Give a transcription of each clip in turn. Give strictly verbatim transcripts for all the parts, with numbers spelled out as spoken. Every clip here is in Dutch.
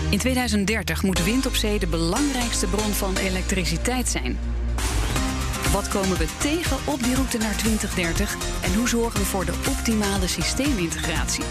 In tweeduizend dertig moet wind op zee de belangrijkste bron van elektriciteit zijn. Wat komen we tegen op die route naar twintig dertig en hoe zorgen we voor de optimale systeemintegratie?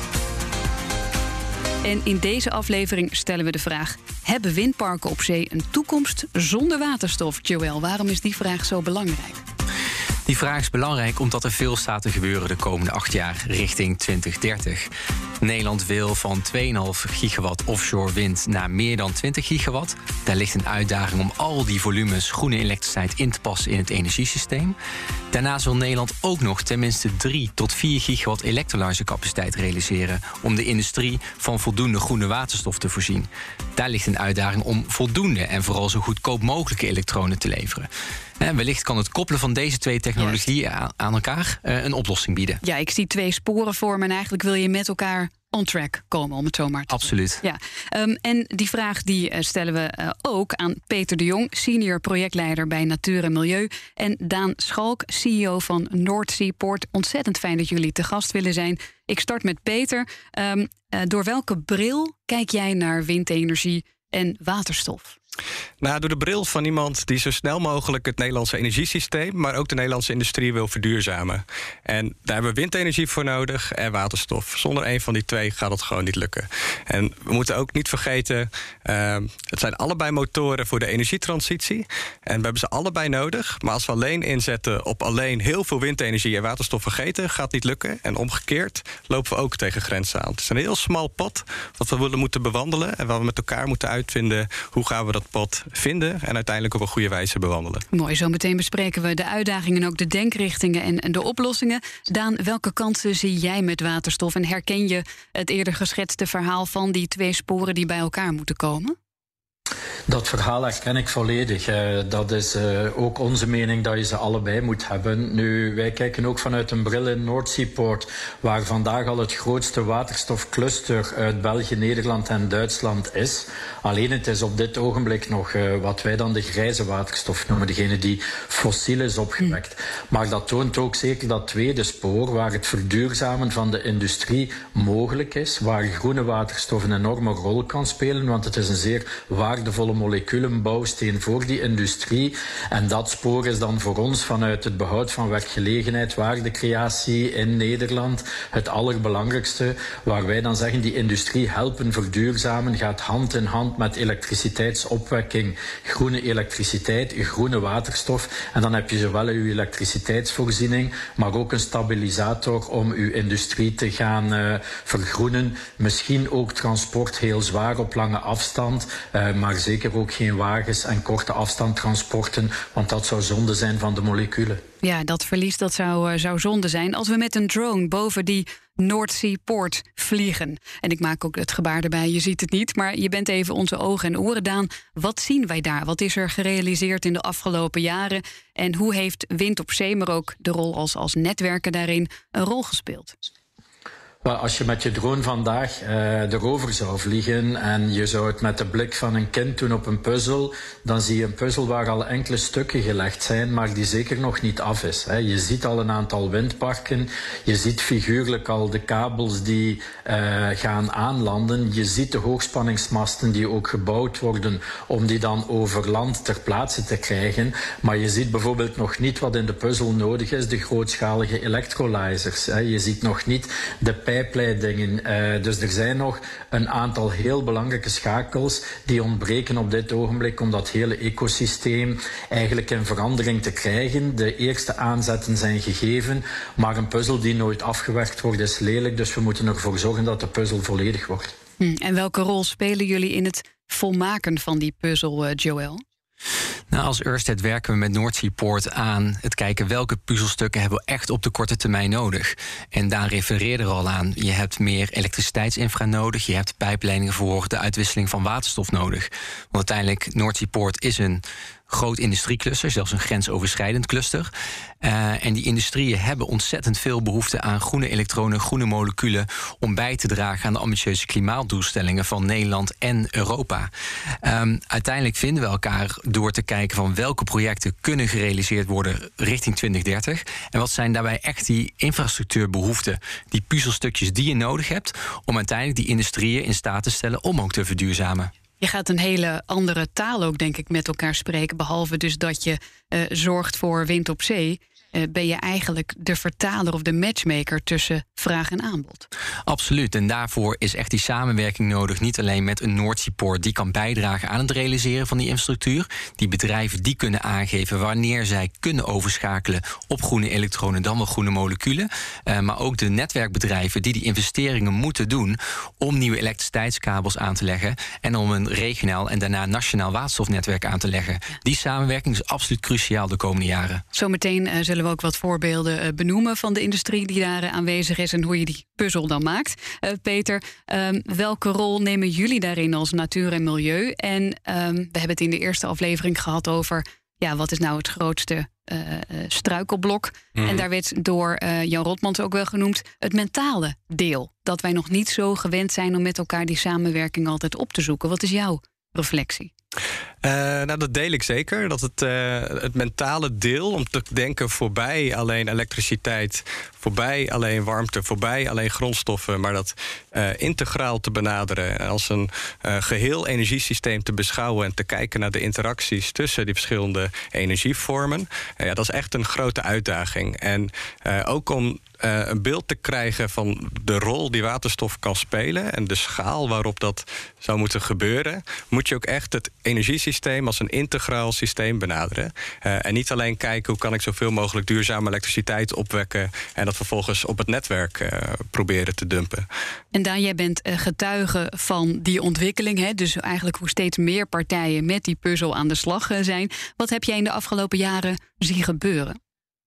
En in deze aflevering stellen we de vraag: hebben windparken op zee een toekomst zonder waterstof? Joël, waarom is die vraag zo belangrijk? Die vraag is belangrijk omdat er veel staat te gebeuren de komende acht jaar richting twintig dertig. Nederland wil van twee komma vijf gigawatt offshore wind naar meer dan twintig gigawatt. Daar ligt een uitdaging om al die volumes groene elektriciteit in te passen in het energiesysteem. Daarnaast wil Nederland ook nog tenminste drie tot vier gigawatt elektrolyzercapaciteit realiseren om de industrie van voldoende groene waterstof te voorzien. Daar ligt een uitdaging om voldoende en vooral zo goedkoop mogelijke elektronen te leveren. En wellicht kan het koppelen van deze twee technologieën aan elkaar uh, een oplossing bieden. Ja, ik zie twee sporen voor me en eigenlijk wil je met elkaar on track komen, om het zo maar te Absoluut. doen. Ja. Um, en die vraag die uh, stellen we uh, ook aan Peter de Jong, senior projectleider bij Natuur en Milieu, en Daan Schalk, C E O van Noordzee Poort. Ontzettend fijn dat jullie te gast willen zijn. Ik start met Peter. Um, uh, door welke bril kijk jij naar windenergie en waterstof? Nou, door de bril van iemand die zo snel mogelijk het Nederlandse energiesysteem, maar ook de Nederlandse industrie wil verduurzamen. En daar hebben we windenergie voor nodig en waterstof. Zonder een van die twee gaat het gewoon niet lukken. En we moeten ook niet vergeten, uh, het zijn allebei motoren voor de energietransitie. En we hebben ze allebei nodig. Maar als we alleen inzetten op alleen heel veel windenergie en waterstof vergeten, gaat het niet lukken. En omgekeerd lopen we ook tegen grenzen aan. Het is een heel smal pad wat we willen moeten bewandelen en waar we met elkaar moeten uitvinden hoe gaan we dat pad vinden en uiteindelijk op een goede wijze bewandelen. Mooi, zo meteen bespreken we de uitdagingen en ook de denkrichtingen en de oplossingen. Daan, welke kansen zie jij met waterstof en herken je het eerder geschetste verhaal van die twee sporen die bij elkaar moeten komen? Dat verhaal herken ik volledig. Dat is ook onze mening dat je ze allebei moet hebben. Nu, wij kijken ook vanuit een bril in Noordzee Poort, waar vandaag al het grootste waterstofcluster uit België, Nederland en Duitsland is. Alleen het is op dit ogenblik nog wat wij dan de grijze waterstof noemen, degene die fossiel is opgewekt. Mm. Maar dat toont ook zeker dat tweede spoor, waar het verduurzamen van de industrie mogelijk is, waar groene waterstof een enorme rol kan spelen, want het is een zeer waardevolle moleculenbouwsteen voor die industrie. En dat spoor is dan voor ons vanuit het behoud van werkgelegenheid, waardecreatie in Nederland het allerbelangrijkste, waar wij dan zeggen die industrie helpen verduurzamen gaat hand in hand met elektriciteitsopwekking, groene elektriciteit, groene waterstof. En dan heb je zowel uw elektriciteitsvoorziening, maar ook een stabilisator om uw industrie te gaan uh, vergroenen. Misschien ook transport heel zwaar op lange afstand, uh, maar zeker ook geen wagens en korte afstandtransporten, want dat zou zonde zijn van de moleculen. Ja, dat verlies dat zou, uh, zou zonde zijn. Als we met een drone boven die Noordzee Poort vliegen, en ik maak ook het gebaar erbij, je ziet het niet, maar je bent even onze ogen en oren, Daan. Wat zien wij daar? Wat is er gerealiseerd in de afgelopen jaren? En hoe heeft wind op zee, maar ook de rol als, als netwerken daarin, een rol gespeeld? Wel, als je met je drone vandaag uh, erover zou vliegen en je zou het met de blik van een kind doen op een puzzel, dan zie je een puzzel waar al enkele stukken gelegd zijn, maar die zeker nog niet af is. Hè. Je ziet al een aantal windparken, je ziet figuurlijk al de kabels die uh, gaan aanlanden, je ziet de hoogspanningsmasten die ook gebouwd worden om die dan over land ter plaatse te krijgen, maar je ziet bijvoorbeeld nog niet wat in de puzzel nodig is, de grootschalige electrolyzers. Hè. Je ziet nog niet de pijpleidingen. Uh, dus er zijn nog een aantal heel belangrijke schakels die ontbreken op dit ogenblik om dat hele ecosysteem eigenlijk in verandering te krijgen. De eerste aanzetten zijn gegeven, maar een puzzel die nooit afgewerkt wordt is lelijk, dus we moeten ervoor zorgen dat de puzzel volledig wordt. Hm, en welke rol spelen jullie in het volmaken van die puzzel, uh, Joël? Nou, als Ørsted werken we met Noordzee Poort aan het kijken welke puzzelstukken hebben we echt op de korte termijn nodig. En daar refereerde er al aan. Je hebt meer elektriciteitsinfra nodig, je hebt pijpleidingen voor de uitwisseling van waterstof nodig. Want uiteindelijk, Noordzee Poort is een groot industriecluster, zelfs een grensoverschrijdend cluster. Uh, en die industrieën hebben ontzettend veel behoefte aan groene elektronen, groene moleculen, om bij te dragen aan de ambitieuze klimaatdoelstellingen van Nederland en Europa. Um, uiteindelijk vinden we elkaar door te kijken van welke projecten kunnen gerealiseerd worden richting twintig dertig. En wat zijn daarbij echt die infrastructuurbehoeften, die puzzelstukjes die je nodig hebt om uiteindelijk die industrieën in staat te stellen om ook te verduurzamen. Je gaat een hele andere taal ook, denk ik, met elkaar spreken. Behalve dus dat je uh, zorgt voor wind op zee. Uh, ben je eigenlijk de vertaler of de matchmaker tussen vraag en aanbod. Absoluut. En daarvoor is echt die samenwerking nodig. Niet alleen met een Noordseapoort die kan bijdragen aan het realiseren van die infrastructuur. Die bedrijven die kunnen aangeven wanneer zij kunnen overschakelen op groene elektronen dan wel groene moleculen. Uh, maar ook de netwerkbedrijven die die investeringen moeten doen om nieuwe elektriciteitskabels aan te leggen en om een regionaal en daarna nationaal waterstofnetwerk aan te leggen. Die samenwerking is absoluut cruciaal de komende jaren. Zometeen uh, zullen we ook wat voorbeelden uh, benoemen van de industrie die daar uh, aanwezig is en hoe je die puzzel dan maakt. Uh, Peter, um, welke rol nemen jullie daarin als natuur en milieu? En um, we hebben het in de eerste aflevering gehad over ja, wat is nou het grootste uh, struikelblok? Mm. En daar werd door uh, Jan Rotmans ook wel genoemd het mentale deel. Dat wij nog niet zo gewend zijn om met elkaar die samenwerking altijd op te zoeken. Wat is jouw reflectie? Uh, nou, dat deel ik zeker. Dat het, uh, het mentale deel, om te denken voorbij alleen elektriciteit, voorbij alleen warmte, voorbij alleen grondstoffen, maar dat uh, integraal te benaderen, als een uh, geheel energiesysteem te beschouwen en te kijken naar de interacties tussen die verschillende energievormen. Uh, ja, dat is echt een grote uitdaging. En uh, ook om Uh, een beeld te krijgen van de rol die waterstof kan spelen en de schaal waarop dat zou moeten gebeuren, moet je ook echt het energiesysteem als een integraal systeem benaderen. Uh, en niet alleen kijken hoe kan ik zoveel mogelijk duurzame elektriciteit opwekken en dat vervolgens op het netwerk uh, proberen te dumpen. En Daan, jij bent uh, getuige van die ontwikkeling, hè? Dus eigenlijk hoe steeds meer partijen met die puzzel aan de slag uh, zijn. Wat heb jij in de afgelopen jaren zien gebeuren?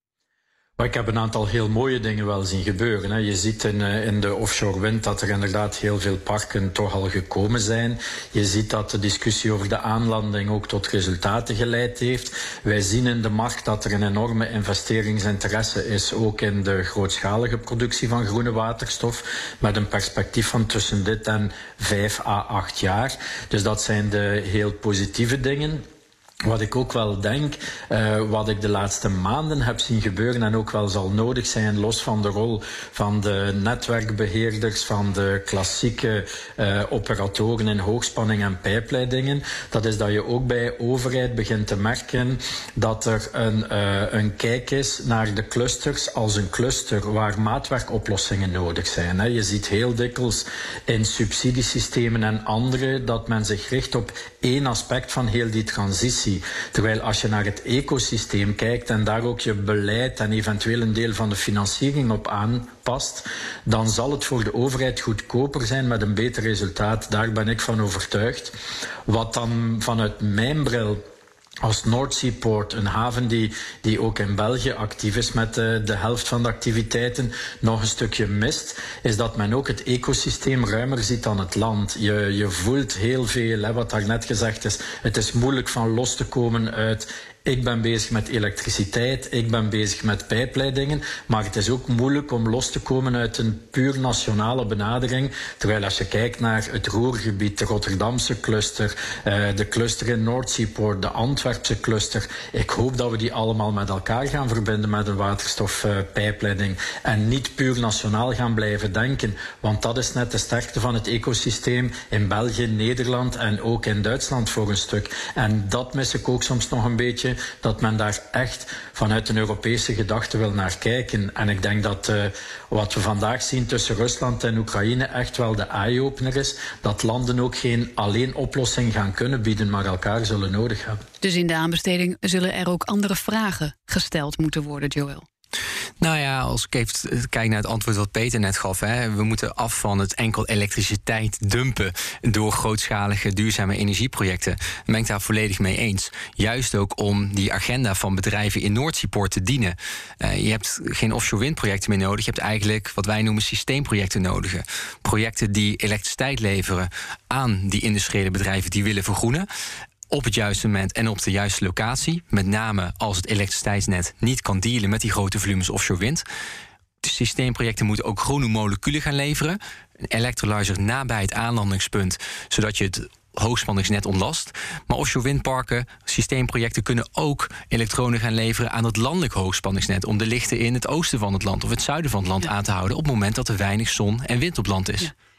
Maar ik heb een aantal heel mooie dingen wel zien gebeuren. Hè. Je ziet in, in de offshore wind dat er inderdaad heel veel parken toch al gekomen zijn. Je ziet dat de discussie over de aanlanding ook tot resultaten geleid heeft. Wij zien in de markt dat er een enorme investeringsinteresse is, ook in de grootschalige productie van groene waterstof, met een perspectief van tussen dit en vijf à acht jaar. Dus dat zijn de heel positieve dingen. Wat ik ook wel denk, uh, wat ik de laatste maanden heb zien gebeuren en ook wel zal nodig zijn, los van de rol van de netwerkbeheerders, van de klassieke uh, operatoren in hoogspanning en pijpleidingen, dat is dat je ook bij overheid begint te merken dat er een, uh, een kijk is naar de clusters als een cluster waar maatwerkoplossingen nodig zijn. Hè. Je ziet heel dikwijls in subsidiesystemen en andere dat men zich richt op één aspect van heel die transitie. Terwijl als je naar het ecosysteem kijkt en daar ook je beleid en eventueel een deel van de financiering op aanpast, dan zal het voor de overheid goedkoper zijn met een beter resultaat. Daar ben ik van overtuigd. Wat dan vanuit mijn bril als Noordseapoort, een haven die, die ook in België actief is met de, de helft van de activiteiten, nog een stukje mist, is dat men ook het ecosysteem ruimer ziet dan het land. Je, je voelt heel veel, hè, wat daar net gezegd is. Het is moeilijk van los te komen uit ik ben bezig met elektriciteit, ik ben bezig met pijpleidingen, maar het is ook moeilijk om los te komen uit een puur nationale benadering. Terwijl als je kijkt naar het Ruhrgebied, de Rotterdamse cluster, uh, de cluster in Noordseapoort, de Antwerpse cluster, ik hoop dat we die allemaal met elkaar gaan verbinden met een waterstofpijpleiding uh, en niet puur nationaal gaan blijven denken, want dat is net de sterkte van het ecosysteem in België, Nederland en ook in Duitsland voor een stuk. En dat mis ik ook soms nog een beetje, dat men daar echt vanuit een Europese gedachte wil naar kijken. En ik denk dat uh, wat we vandaag zien tussen Rusland en Oekraïne echt wel de eye-opener is, dat landen ook geen alleen oplossing gaan kunnen bieden, maar elkaar zullen nodig hebben. Dus in de aanbesteding zullen er ook andere vragen gesteld moeten worden, Joël? Nou ja, als ik even kijk naar het antwoord wat Peter net gaf, hè, we moeten af van het enkel elektriciteit dumpen door grootschalige duurzame energieprojecten. Daar ben ik daar volledig mee eens. Juist ook om die agenda van bedrijven in Noordseapoort te dienen. Uh, je hebt geen offshore windprojecten meer nodig. Je hebt eigenlijk wat wij noemen systeemprojecten nodig. Projecten die elektriciteit leveren aan die industriële bedrijven die willen vergroenen, op het juiste moment en op de juiste locatie. Met name als het elektriciteitsnet niet kan dealen met die grote volumes offshore wind. De systeemprojecten moeten ook groene moleculen gaan leveren. Een electrolyzer nabij het aanlandingspunt, zodat je het hoogspanningsnet ontlast. Maar offshore windparken, systeemprojecten kunnen ook elektronen gaan leveren aan het landelijk hoogspanningsnet, om de lichten in het oosten van het land of het zuiden van het land ja. aan te houden op het moment dat er weinig zon en wind op land is. Ja.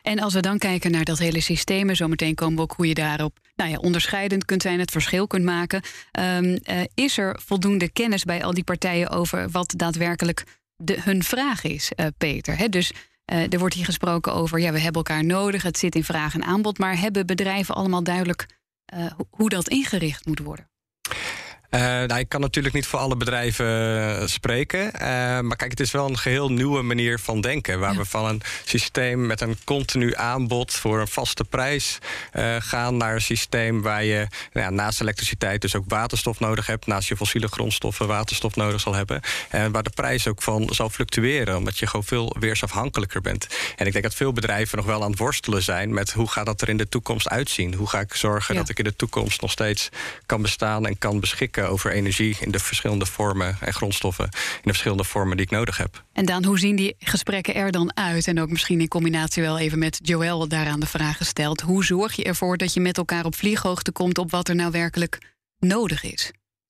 En als we dan kijken naar dat hele systeem, en zometeen komen we ook hoe je daarop nou ja, onderscheidend kunt zijn, het verschil kunt maken. Um, uh, is er voldoende kennis bij al die partijen over wat daadwerkelijk de, hun vraag is, uh, Peter? He, dus uh, er wordt hier gesproken over, ja, we hebben elkaar nodig, het zit in vraag en aanbod, maar hebben bedrijven allemaal duidelijk uh, hoe dat ingericht moet worden? Uh, nou, ik kan natuurlijk niet voor alle bedrijven uh, spreken. Uh, maar kijk, het is wel een geheel nieuwe manier van denken. Waar ja. we van een systeem met een continu aanbod voor een vaste prijs uh, gaan naar een systeem waar je nou ja, naast elektriciteit dus ook waterstof nodig hebt. Naast je fossiele grondstoffen waterstof nodig zal hebben. En waar de prijs ook van zal fluctueren. Omdat je gewoon veel weersafhankelijker bent. En ik denk dat veel bedrijven nog wel aan het worstelen zijn met hoe gaat dat er in de toekomst uitzien? Hoe ga ik zorgen ja. dat ik in de toekomst nog steeds kan bestaan en kan beschikken over energie in de verschillende vormen en grondstoffen in de verschillende vormen die ik nodig heb. En Daan, hoe zien die gesprekken er dan uit? En ook misschien in combinatie wel even met Joël daaraan de vraag gesteld. Hoe zorg je ervoor dat je met elkaar op vlieghoogte komt op wat er nou werkelijk nodig is?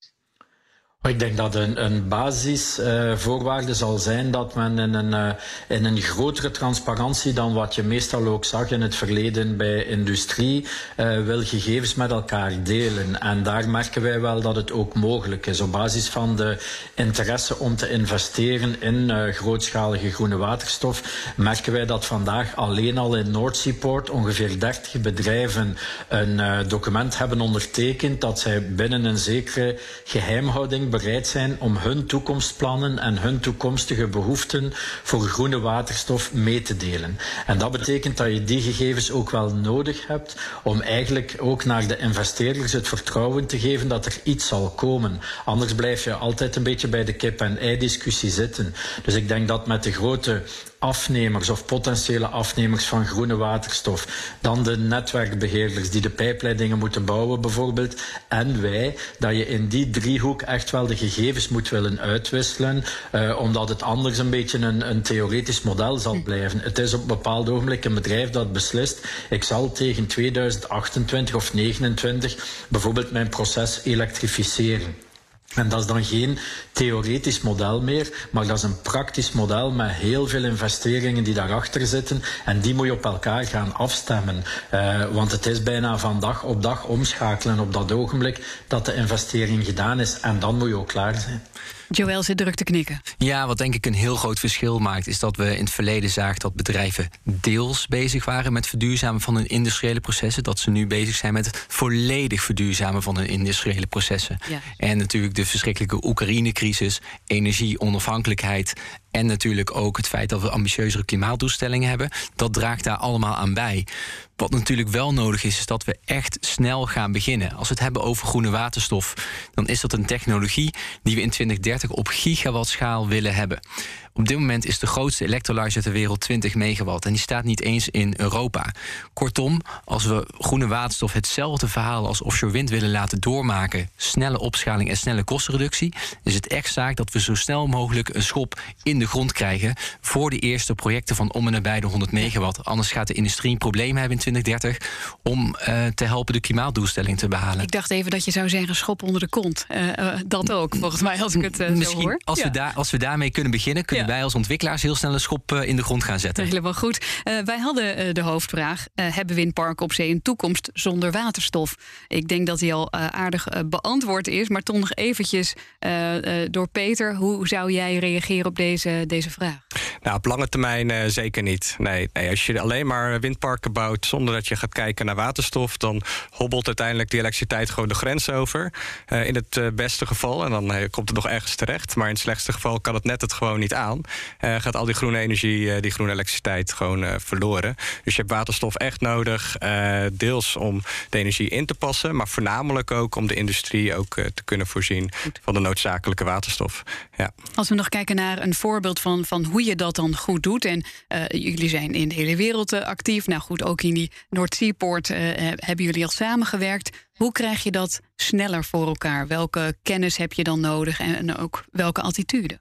Ik denk dat een, een basisvoorwaarde uh, zal zijn dat men in een, uh, in een grotere transparantie dan wat je meestal ook zag in het verleden bij industrie, uh, wil gegevens met elkaar delen. En daar merken wij wel dat het ook mogelijk is. Op basis van de interesse om te investeren in uh, grootschalige groene waterstof, merken wij dat vandaag alleen al in Noordseaport ongeveer dertig bedrijven een uh, document hebben ondertekend dat zij binnen een zekere geheimhouding bereid zijn om hun toekomstplannen en hun toekomstige behoeften voor groene waterstof mee te delen. En dat betekent dat je die gegevens ook wel nodig hebt om eigenlijk ook naar de investeerders het vertrouwen te geven dat er iets zal komen. Anders blijf je altijd een beetje bij de kip-en-ei-discussie zitten. Dus ik denk dat met de grote afnemers of potentiële afnemers van groene waterstof, dan de netwerkbeheerders die de pijpleidingen moeten bouwen bijvoorbeeld, en wij, dat je in die driehoek echt wel de gegevens moet willen uitwisselen, uh, omdat het anders een beetje een, een theoretisch model zal blijven. Het is op een bepaald ogenblik een bedrijf dat beslist, ik zal tegen tweeduizend achtentwintig of negenentwintig bijvoorbeeld mijn proces elektrificeren. En dat is dan geen theoretisch model meer, maar dat is een praktisch model met heel veel investeringen die daarachter zitten. En die moet je op elkaar gaan afstemmen. Uh, want het is bijna van dag op dag omschakelen op dat ogenblik dat de investering gedaan is. En dan moet je ook klaar zijn. Joël zit druk te knikken. Ja, wat denk ik een heel groot verschil maakt, is dat we in het verleden zagen dat bedrijven deels bezig waren met verduurzamen van hun industriële processen. Dat ze nu bezig zijn met het volledig verduurzamen van hun industriële processen. Ja. En natuurlijk de verschrikkelijke Oekraïne-crisis, energie-onafhankelijkheid en natuurlijk ook het feit dat we ambitieuzere klimaatdoelstellingen hebben. Dat draagt daar allemaal aan bij. Wat natuurlijk wel nodig is, is dat we echt snel gaan beginnen. Als we het hebben over groene waterstof, dan is dat een technologie die we in twintig dertig op gigawattschaal willen hebben. Op dit moment is de grootste electrolyzer ter wereld twintig megawatt. En die staat niet eens in Europa. Kortom, als we groene waterstof hetzelfde verhaal als offshore wind willen laten doormaken, snelle opschaling en snelle kostenreductie, is het echt zaak dat we zo snel mogelijk een schop in de grond krijgen voor de eerste projecten van om en nabij de honderd megawatt. Anders gaat de industrie een probleem hebben in twintig dertig om uh, te helpen de klimaatdoelstelling te behalen. Ik dacht even dat je zou zeggen schop onder de kont. Uh, uh, dat ook, volgens mij, als ik het uh, Misschien, zo hoor. Als, ja. we daar, als we daarmee kunnen beginnen, kunnen ja. wij als ontwikkelaars heel snel een schop uh, in de grond gaan zetten. Helemaal goed. Uh, wij hadden uh, de hoofdvraag, uh, hebben windparken op zee een toekomst zonder waterstof? Ik denk dat die al uh, aardig uh, beantwoord is, maar toch nog eventjes uh, uh, door Peter. Hoe zou jij reageren op deze, deze vraag? Nou, op lange termijn uh, zeker niet. Nee, nee, als je alleen maar windparken bouwt zonder dat je gaat kijken naar waterstof, dan hobbelt uiteindelijk die elektriciteit gewoon de grens over. Uh, in het uh, beste geval, en dan uh, komt het nog ergens terecht, maar in het slechtste geval kan het net het gewoon niet aan. Uh, gaat al die groene energie, uh, die groene elektriciteit gewoon uh, verloren. Dus je hebt waterstof echt nodig, uh, deels om de energie in te passen, maar voornamelijk ook om de industrie ook uh, te kunnen voorzien goed. van de noodzakelijke waterstof. Ja. Als we nog kijken naar een voorbeeld van, van hoe je dat dan goed doet, en uh, jullie zijn in de hele wereld uh, actief, nou goed, ook in die Noordseaport uh, hebben jullie al samengewerkt. Hoe krijg je dat sneller voor elkaar? Welke kennis heb je dan nodig en, en ook welke attitude?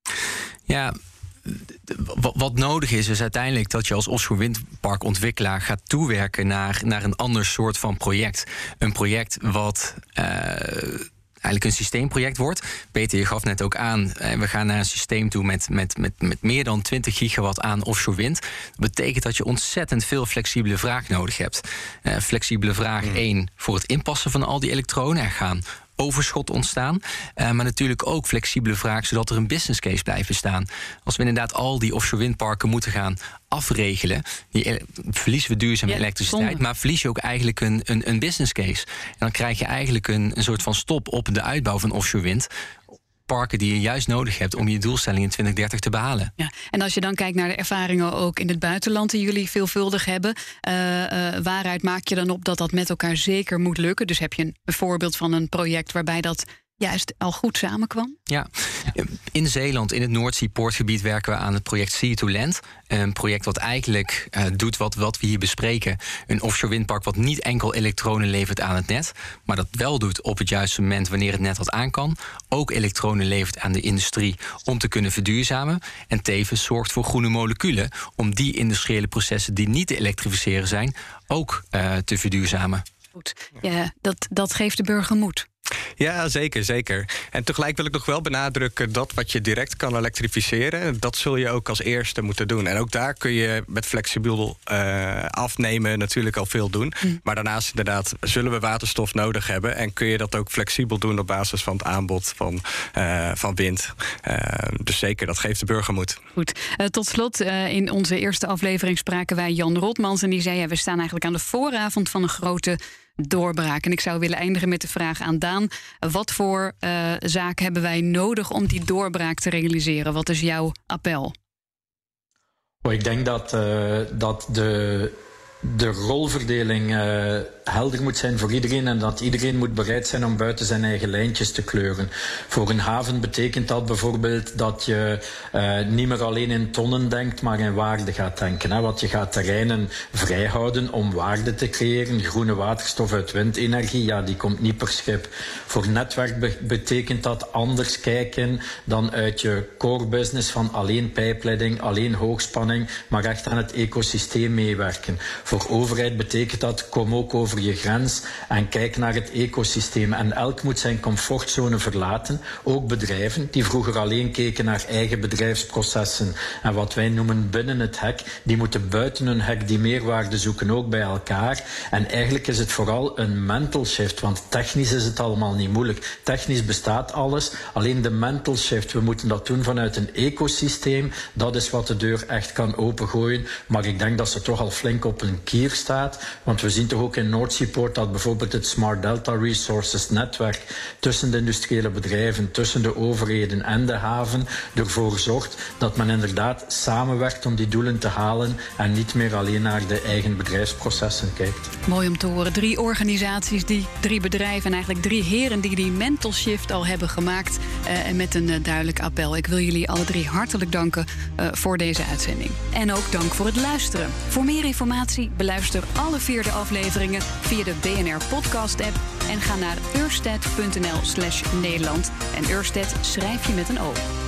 Ja, wat nodig is, is uiteindelijk dat je als offshore windparkontwikkelaar gaat toewerken naar, naar een ander soort van project. Een project wat uh, eigenlijk een systeemproject wordt. Peter, je gaf net ook aan, we gaan naar een systeem toe met, met, met, met meer dan twintig gigawatt aan offshore wind. Dat betekent dat je ontzettend veel flexibele vraag nodig hebt. Uh, flexibele vraag mm. één, voor het inpassen van al die elektronen. Er gaan overschot ontstaan. Uh, maar natuurlijk ook flexibele vraag, zodat er een business case blijft bestaan. Als we inderdaad al die offshore windparken moeten gaan afregelen, die, verliezen we duurzame ja, elektriciteit, zonde. Maar verlies je ook eigenlijk een, een, een business case. En dan krijg je eigenlijk een, een soort van stop op de uitbouw van offshore wind. Parken die je juist nodig hebt om je doelstelling in twintig dertig te behalen. Ja, en als je dan kijkt naar de ervaringen ook in het buitenland die jullie veelvuldig hebben, uh, uh, waaruit maak je dan op dat dat met elkaar zeker moet lukken? Dus heb je een, een voorbeeld van een project waarbij dat juist al goed samenkwam? Ja, in Zeeland, in het Noordzee-poortgebied, werken we aan het project Sea to Land. Een project wat eigenlijk uh, doet wat, wat we hier bespreken. Een offshore windpark wat niet enkel elektronen levert aan het net, maar dat wel doet op het juiste moment wanneer het net wat aan kan. Ook elektronen levert aan de industrie om te kunnen verduurzamen. En tevens zorgt voor groene moleculen om die industriële processen die niet te elektrificeren zijn, ook uh, te verduurzamen. Goed, ja, dat, dat geeft de burger moed. Ja, zeker, zeker. En tegelijk wil ik nog wel benadrukken dat wat je direct kan elektrificeren, dat zul je ook als eerste moeten doen. En ook daar kun je met flexibel uh, afnemen natuurlijk al veel doen. Mm. Maar daarnaast inderdaad zullen we waterstof nodig hebben en kun je dat ook flexibel doen op basis van het aanbod van, uh, van wind. Uh, dus zeker, dat geeft de burger moed. Goed. Uh, tot slot, uh, in onze eerste aflevering spraken wij Jan Rotmans en die zei, ja, we staan eigenlijk aan de vooravond van een grote doorbraak. En ik zou willen eindigen met de vraag aan Daan, wat voor uh, zaken hebben wij nodig om die doorbraak te realiseren? Wat is jouw appel? Oh, ik denk dat, uh, dat de, de rolverdeling uh, helder moet zijn voor iedereen en dat iedereen moet bereid zijn om buiten zijn eigen lijntjes te kleuren. Voor een haven betekent dat bijvoorbeeld dat je uh, niet meer alleen in tonnen denkt, maar in waarde gaat denken. Hè? Want je gaat terreinen vrijhouden om waarde te creëren. Groene waterstof uit windenergie, ja, die komt niet per schip. Voor netwerk be- betekent dat anders kijken dan uit je core business van alleen pijpleiding, alleen hoogspanning, maar echt aan het ecosysteem meewerken. Voor overheid betekent dat, kom ook over je grens en kijk naar het ecosysteem. En elk moet zijn comfortzone verlaten. Ook bedrijven die vroeger alleen keken naar eigen bedrijfsprocessen en wat wij noemen binnen het hek, die moeten buiten hun hek die meerwaarde zoeken, ook bij elkaar. En eigenlijk is het vooral een mental shift, want technisch is het allemaal niet moeilijk. Technisch bestaat alles, alleen de mental shift, we moeten dat doen vanuit een ecosysteem. Dat is wat de deur echt kan opengooien. Maar ik denk dat ze toch al flink op een kier staat, want we zien toch ook in Noordzeepoort dat bijvoorbeeld het Smart Delta Resources netwerk tussen de industriële bedrijven, tussen de overheden en de haven ervoor zorgt dat men inderdaad samenwerkt om die doelen te halen en niet meer alleen naar de eigen bedrijfsprocessen kijkt. Mooi om te horen. Drie organisaties, die drie bedrijven en eigenlijk drie heren die die mental shift al hebben gemaakt uh, en met een uh, duidelijk appel. Ik wil jullie alle drie hartelijk danken uh, voor deze uitzending. En ook dank voor het luisteren. Voor meer informatie beluister alle vier de afleveringen via de B N R Podcast app en ga naar ørsted punt n l slash Nederland. En Ørsted schrijf je met een O.